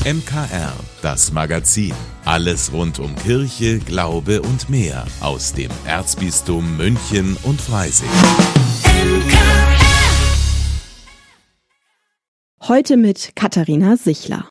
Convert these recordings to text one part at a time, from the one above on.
MKR, das Magazin. Alles rund um Kirche, Glaube und mehr aus dem Erzbistum München und Freising. Heute mit Katharina Sichler.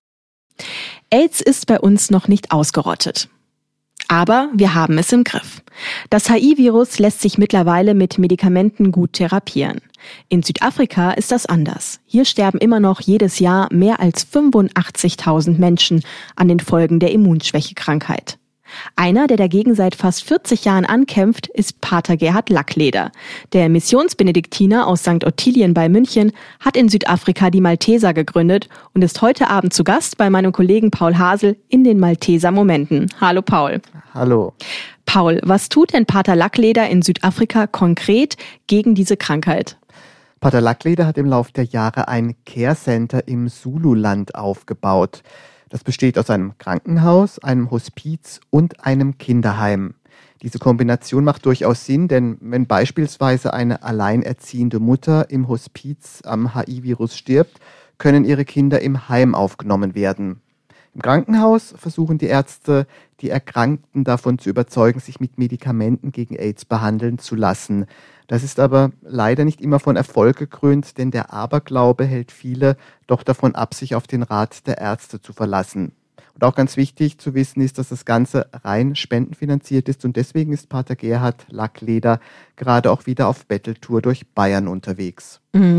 AIDS ist bei uns noch nicht ausgerottet. Aber wir haben es im Griff. Das HIV-Virus lässt sich mittlerweile mit Medikamenten gut therapieren. In Südafrika ist das anders. Hier sterben immer noch jedes Jahr mehr als 85.000 Menschen an den Folgen der Immunschwächekrankheit. Einer, der dagegen seit fast 40 Jahren ankämpft, ist Pater Gerhard Lackleder. Der Missionsbenediktiner aus St. Ottilien bei München hat in Südafrika die Malteser gegründet und ist heute Abend zu Gast bei meinem Kollegen Paul Hasel in den Malteser Momenten. Hallo Paul. Hallo. Paul, was tut denn Pater Lackleder in Südafrika konkret gegen diese Krankheit? Pater Lackleder hat im Laufe der Jahre ein Care Center im Zululand aufgebaut. Das besteht aus einem Krankenhaus, einem Hospiz und einem Kinderheim. Diese Kombination macht durchaus Sinn, denn wenn beispielsweise eine alleinerziehende Mutter im Hospiz am HIV-Virus stirbt, können ihre Kinder im Heim aufgenommen werden. Im Krankenhaus versuchen die Ärzte, die Erkrankten davon zu überzeugen, sich mit Medikamenten gegen AIDS behandeln zu lassen. Das ist aber leider nicht immer von Erfolg gekrönt, denn der Aberglaube hält viele doch davon ab, sich auf den Rat der Ärzte zu verlassen. Und auch ganz wichtig zu wissen ist, dass das Ganze rein spendenfinanziert ist und deswegen ist Pater Gerhard Lackleder gerade auch wieder auf Betteltour durch Bayern unterwegs.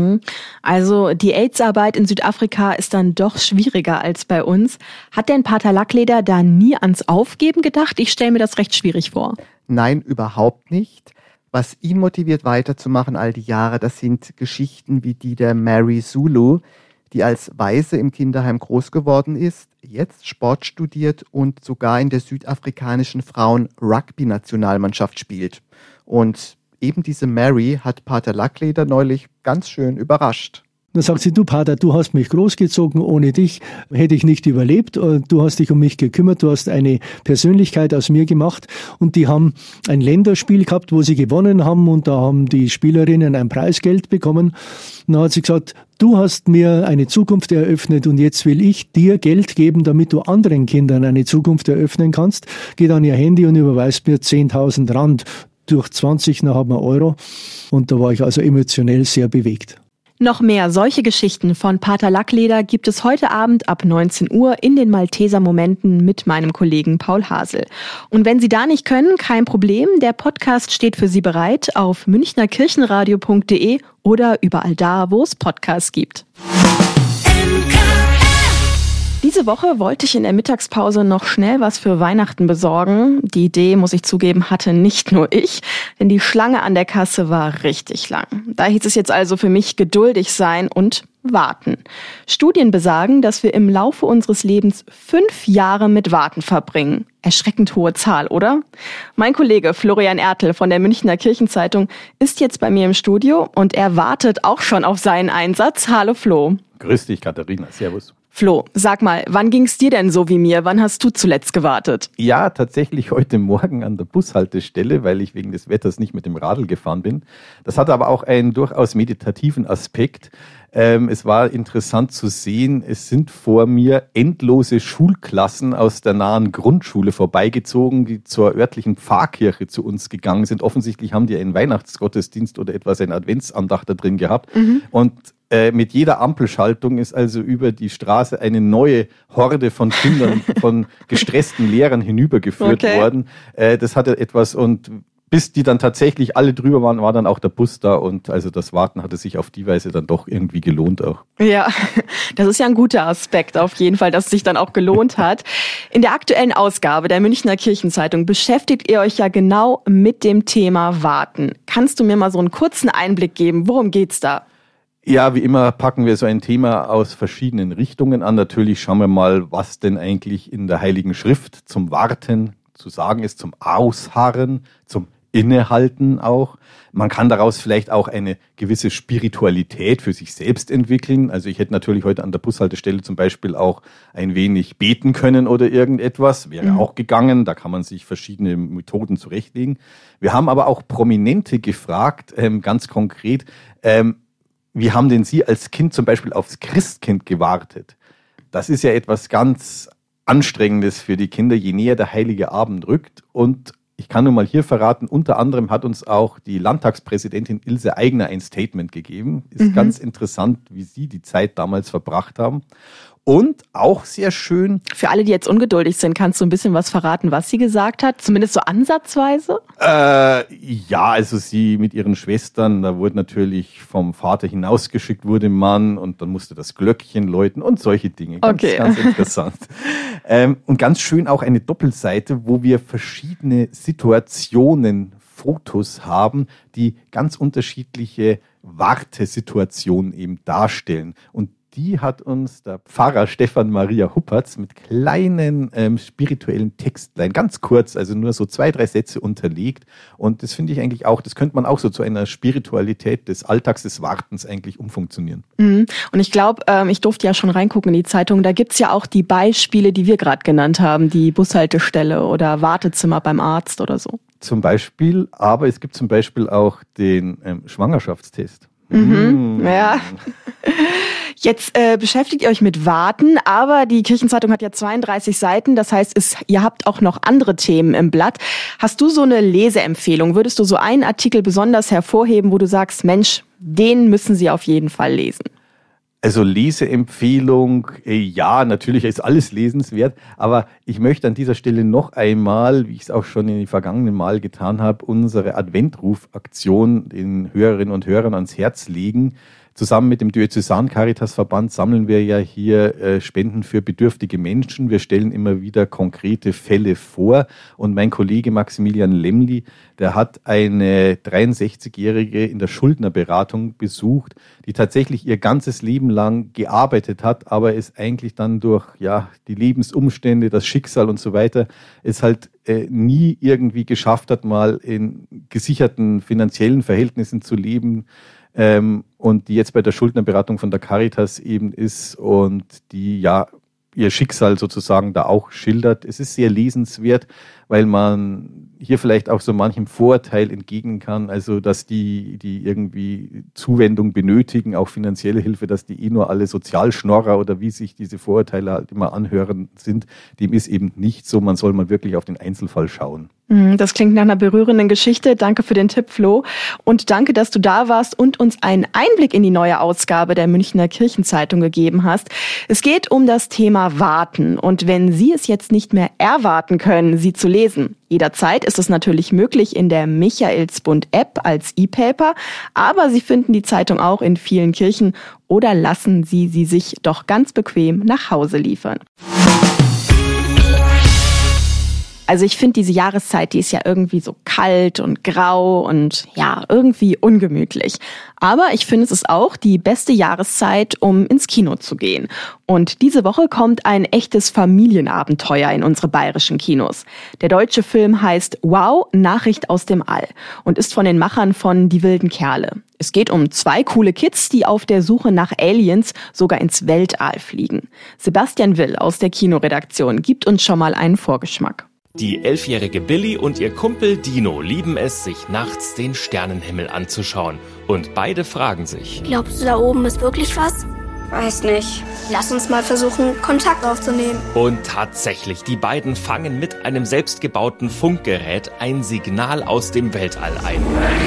Also die AIDS-Arbeit in Südafrika ist dann doch schwieriger als bei uns. Hat denn Pater Lackleder da nie ans Aufgeben gedacht? Ich stelle mir das recht schwierig vor. Nein, überhaupt nicht. Was ihn motiviert weiterzumachen all die Jahre, das sind Geschichten wie die der Mary Zulu, die als Waise im Kinderheim groß geworden ist, jetzt Sport studiert und sogar in der südafrikanischen Frauen-Rugby-Nationalmannschaft spielt. Und eben diese Mary hat Pater Lackleder neulich ganz schön überrascht. Dann sagt sie, du Pater, du hast mich großgezogen, ohne dich hätte ich nicht überlebt. Du hast dich um mich gekümmert, du hast eine Persönlichkeit aus mir gemacht. Und die haben ein Länderspiel gehabt, wo sie gewonnen haben und da haben die Spielerinnen ein Preisgeld bekommen. Und dann hat sie gesagt, du hast mir eine Zukunft eröffnet und jetzt will ich dir Geld geben, damit du anderen Kindern eine Zukunft eröffnen kannst. Geht an ihr Handy und überweist mir 10.000 Rand durch 20, dann haben wir Euro. Und da war ich also emotionell sehr bewegt. Noch mehr solche Geschichten von Pater Lackleder gibt es heute Abend ab 19 Uhr in den Malteser Momenten mit meinem Kollegen Paul Hasel. Und wenn Sie da nicht können, kein Problem, der Podcast steht für Sie bereit auf münchnerkirchenradio.de oder überall da, wo es Podcasts gibt. Diese Woche wollte ich in der Mittagspause noch schnell was für Weihnachten besorgen. Die Idee, muss ich zugeben, hatte nicht nur ich, denn die Schlange an der Kasse war richtig lang. Da hieß es jetzt also für mich geduldig sein und warten. Studien besagen, dass wir im Laufe unseres Lebens 5 Jahre mit Warten verbringen. Erschreckend hohe Zahl, oder? Mein Kollege Florian Ertel von der Münchner Kirchenzeitung ist jetzt bei mir im Studio und er wartet auch schon auf seinen Einsatz. Hallo Flo. Grüß dich, Katharina. Servus. Flo, sag mal, wann ging's dir denn so wie mir? Wann hast du zuletzt gewartet? Ja, tatsächlich heute Morgen an der Bushaltestelle, weil ich wegen des Wetters nicht mit dem Radl gefahren bin. Das hat aber auch einen durchaus meditativen Aspekt. Es war interessant zu sehen, es sind vor mir endlose Schulklassen aus der nahen Grundschule vorbeigezogen, die zur örtlichen Pfarrkirche zu uns gegangen sind. Offensichtlich haben die einen Weihnachtsgottesdienst oder etwas, eine Adventsandacht da drin gehabt. Und mit jeder Ampelschaltung ist also über die Straße eine neue Horde von Kindern, von gestressten Lehrern hinübergeführt worden. Das hatte etwas und bis die dann tatsächlich alle drüber waren, war dann auch der Bus da und also das Warten hatte sich auf die Weise dann doch irgendwie gelohnt auch. Ja, das ist ja ein guter Aspekt auf jeden Fall, dass es sich dann auch gelohnt hat. In der aktuellen Ausgabe der Münchner Kirchenzeitung beschäftigt ihr euch ja genau mit dem Thema Warten. Kannst du mir mal so einen kurzen Einblick geben? Worum geht's da? Ja, wie immer packen wir so ein Thema aus verschiedenen Richtungen an. Natürlich schauen wir mal, was denn eigentlich in der Heiligen Schrift zum Warten zu sagen ist, zum Ausharren, zum Innehalten auch. Man kann daraus vielleicht auch eine gewisse Spiritualität für sich selbst entwickeln. Also ich hätte natürlich heute an der Bushaltestelle zum Beispiel auch ein wenig beten können oder irgendetwas. Wäre auch gegangen. Da kann man sich verschiedene Methoden zurechtlegen. Wir haben aber auch Prominente gefragt, ganz konkret, wie haben denn Sie als Kind zum Beispiel aufs Christkind gewartet? das ist ja etwas ganz Anstrengendes für die Kinder, je näher der Heilige Abend rückt. Und ich kann nur mal hier verraten, unter anderem hat uns auch die Landtagspräsidentin Ilse Aigner ein Statement gegeben. Ist ganz interessant, wie sie die Zeit damals verbracht haben. Und auch sehr schön. Für alle, die jetzt ungeduldig sind, kannst du ein bisschen was verraten, was sie gesagt hat? Zumindest so ansatzweise? Ja, also sie mit ihren Schwestern, da wurde natürlich vom Vater hinausgeschickt, wurde Mann und dann musste das Glöckchen läuten und solche Dinge. Ganz interessant. Und ganz schön auch eine Doppelseite, wo wir verschiedene Situationen, Fotos haben, die ganz unterschiedliche Wartesituationen eben darstellen. Und die hat uns der Pfarrer Stefan Maria Huppertz mit kleinen spirituellen Textlein, ganz kurz, also nur so 2-3 Sätze unterlegt. Und das finde ich eigentlich auch, das könnte man auch so zu einer Spiritualität des Alltags, des Wartens eigentlich umfunktionieren. Und ich glaube, ich durfte ja schon reingucken in die Zeitung, da gibt's ja auch die Beispiele, die wir gerade genannt haben, die Bushaltestelle oder Wartezimmer beim Arzt oder so. Zum Beispiel, aber es gibt zum Beispiel auch den Schwangerschaftstest. Ja. Jetzt beschäftigt ihr euch mit Warten, aber die Kirchenzeitung hat ja 32 Seiten, das heißt, ihr habt auch noch andere Themen im Blatt. Hast du so eine Leseempfehlung? Würdest du so einen Artikel besonders hervorheben, wo du sagst, Mensch, den müssen Sie auf jeden Fall lesen? Also Leseempfehlung, ja, natürlich ist alles lesenswert, aber ich möchte an dieser Stelle noch einmal, wie ich es auch schon in den vergangenen Mal getan habe, unsere Adventrufaktion den Hörerinnen und Hörern ans Herz legen. Zusammen mit dem Diözesan-Caritas-Verband sammeln wir ja hier Spenden für bedürftige Menschen. Wir stellen immer wieder konkrete Fälle vor. Und mein Kollege Maximilian Lemli, der hat eine 63-Jährige in der Schuldnerberatung besucht, die tatsächlich ihr ganzes Leben lang gearbeitet hat, aber es eigentlich dann durch die Lebensumstände, das Schicksal und so weiter, es halt nie irgendwie geschafft hat, mal in gesicherten finanziellen Verhältnissen zu leben. Und die jetzt bei der Schuldnerberatung von der Caritas eben ist und die ihr Schicksal sozusagen da auch schildert. Es ist sehr lesenswert, weil man hier vielleicht auch so manchem Vorurteil entgegnen kann, also dass die irgendwie Zuwendung benötigen, auch finanzielle Hilfe, dass die nur alle Sozialschnorrer oder wie sich diese Vorurteile halt immer anhören sind. Dem ist eben nicht so, man soll mal wirklich auf den Einzelfall schauen. Das klingt nach einer berührenden Geschichte. Danke für den Tipp, Flo. Und danke, dass du da warst und uns einen Einblick in die neue Ausgabe der Münchner Kirchenzeitung gegeben hast. Es geht um das Thema Warten. Und wenn Sie es jetzt nicht mehr erwarten können, sie zu lesen, jederzeit ist es natürlich möglich in der Michaelsbund-App als E-Paper. Aber Sie finden die Zeitung auch in vielen Kirchen oder lassen Sie sie sich doch ganz bequem nach Hause liefern. Also ich finde diese Jahreszeit, die ist ja irgendwie so kalt und grau und irgendwie ungemütlich. Aber ich finde, es ist auch die beste Jahreszeit, um ins Kino zu gehen. Und diese Woche kommt ein echtes Familienabenteuer in unsere bayerischen Kinos. Der deutsche Film heißt Wow, Nachricht aus dem All und ist von den Machern von Die wilden Kerle. Es geht um 2 coole Kids, die auf der Suche nach Aliens sogar ins Weltall fliegen. Sebastian Will aus der Kinoredaktion gibt uns schon mal einen Vorgeschmack. Die 11-jährige Billy und ihr Kumpel Dino lieben es, sich nachts den Sternenhimmel anzuschauen. Und beide fragen sich: Glaubst du, da oben ist wirklich was? Weiß nicht. Lass uns mal versuchen, Kontakt aufzunehmen. Und tatsächlich, die beiden fangen mit einem selbstgebauten Funkgerät ein Signal aus dem Weltall ein.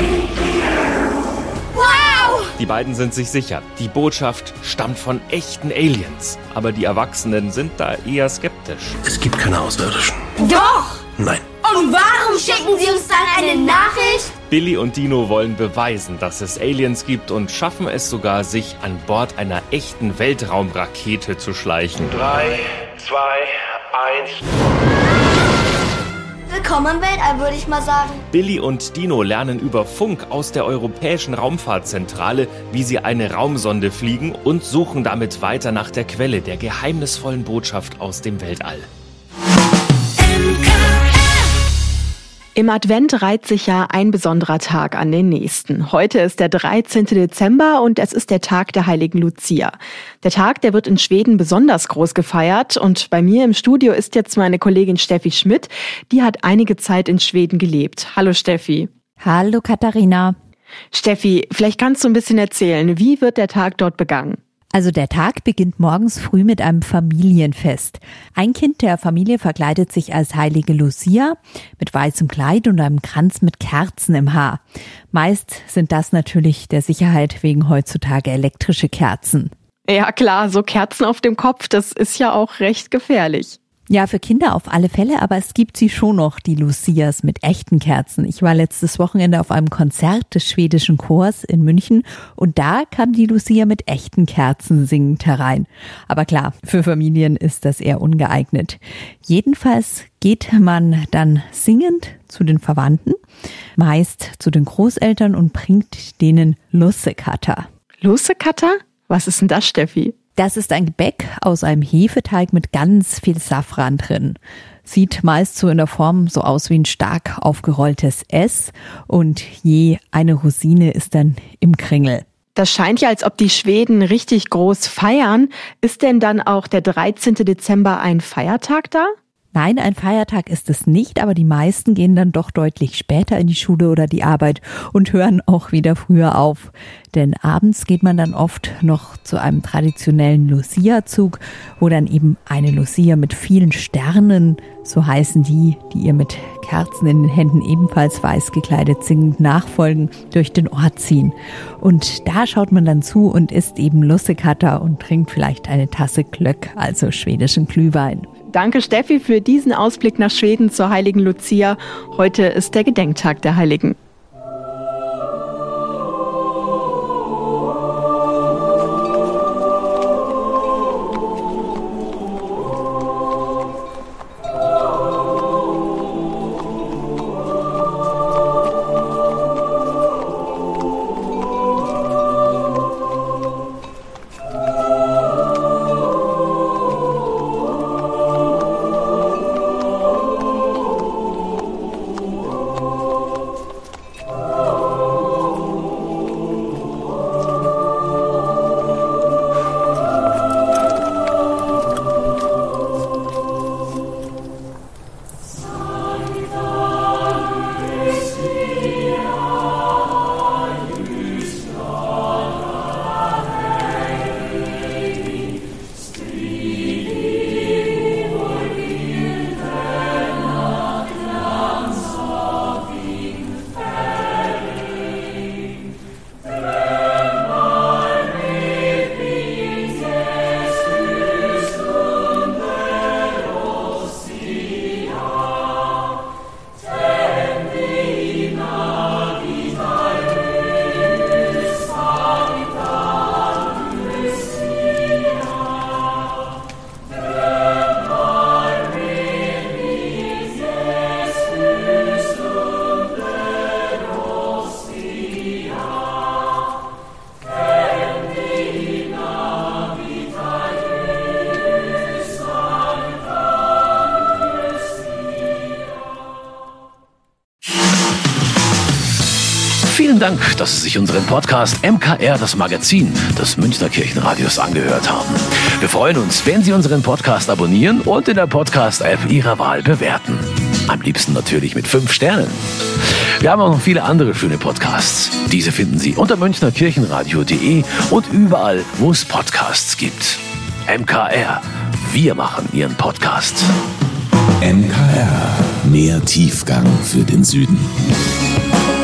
Wow! Die beiden sind sich sicher, die Botschaft stammt von echten Aliens. Aber die Erwachsenen sind da eher skeptisch. Es gibt keine Außerirdischen. Doch! Nein. Und warum schicken Sie uns dann eine Nachricht? Billy und Dino wollen beweisen, dass es Aliens gibt und schaffen es sogar, sich an Bord einer echten Weltraumrakete zu schleichen. 3, 2, 1... Willkommen im Weltall, würde ich mal sagen. Billy und Dino lernen über Funk aus der Europäischen Raumfahrtzentrale, wie sie eine Raumsonde fliegen und suchen damit weiter nach der Quelle der geheimnisvollen Botschaft aus dem Weltall. Im Advent reiht sich ja ein besonderer Tag an den nächsten. Heute ist der 13. Dezember und es ist der Tag der heiligen Lucia. Der Tag, der wird in Schweden besonders groß gefeiert und bei mir im Studio ist jetzt meine Kollegin Steffi Schmidt. Die hat einige Zeit in Schweden gelebt. Hallo Steffi. Hallo Katharina. Steffi, vielleicht kannst du ein bisschen erzählen, wie wird der Tag dort begangen? Also der Tag beginnt morgens früh mit einem Familienfest. Ein Kind der Familie verkleidet sich als heilige Lucia mit weißem Kleid und einem Kranz mit Kerzen im Haar. Meist sind das natürlich der Sicherheit wegen heutzutage elektrische Kerzen. Ja klar, so Kerzen auf dem Kopf, das ist ja auch recht gefährlich. Ja, für Kinder auf alle Fälle, aber es gibt sie schon noch, die Lucias mit echten Kerzen. Ich war letztes Wochenende auf einem Konzert des schwedischen Chors in München und da kam die Lucia mit echten Kerzen singend herein. Aber klar, für Familien ist das eher ungeeignet. Jedenfalls geht man dann singend zu den Verwandten, meist zu den Großeltern und bringt denen Lussekatter. Lussekatter? Was ist denn das, Steffi? Das ist ein Gebäck aus einem Hefeteig mit ganz viel Safran drin. Sieht meist so in der Form so aus wie ein stark aufgerolltes S und je eine Rosine ist dann im Kringel. Das scheint ja, als ob die Schweden richtig groß feiern. Ist denn dann auch der 13. Dezember ein Feiertag da? Nein, ein Feiertag ist es nicht, aber die meisten gehen dann doch deutlich später in die Schule oder die Arbeit und hören auch wieder früher auf. Denn abends geht man dann oft noch zu einem traditionellen Lucia-Zug, wo dann eben eine Lucia mit vielen Sternen, so heißen die ihr mit Kerzen in den Händen ebenfalls weiß gekleidet singend nachfolgen, durch den Ort ziehen. Und da schaut man dann zu und isst eben Lussekatter und trinkt vielleicht eine Tasse Glögg, also schwedischen Glühwein. Danke Steffi für diesen Ausblick nach Schweden zur heiligen Lucia. Heute ist der Gedenktag der Heiligen. Vielen Dank, dass Sie sich unseren Podcast MKR, das Magazin des Münchner Kirchenradios, angehört haben. Wir freuen uns, wenn Sie unseren Podcast abonnieren und in der Podcast-App Ihrer Wahl bewerten. Am liebsten natürlich mit 5 Sternen. Wir haben auch noch viele andere schöne Podcasts. Diese finden Sie unter münchnerkirchenradio.de und überall, wo es Podcasts gibt. MKR, wir machen Ihren Podcast. MKR, mehr Tiefgang für den Süden.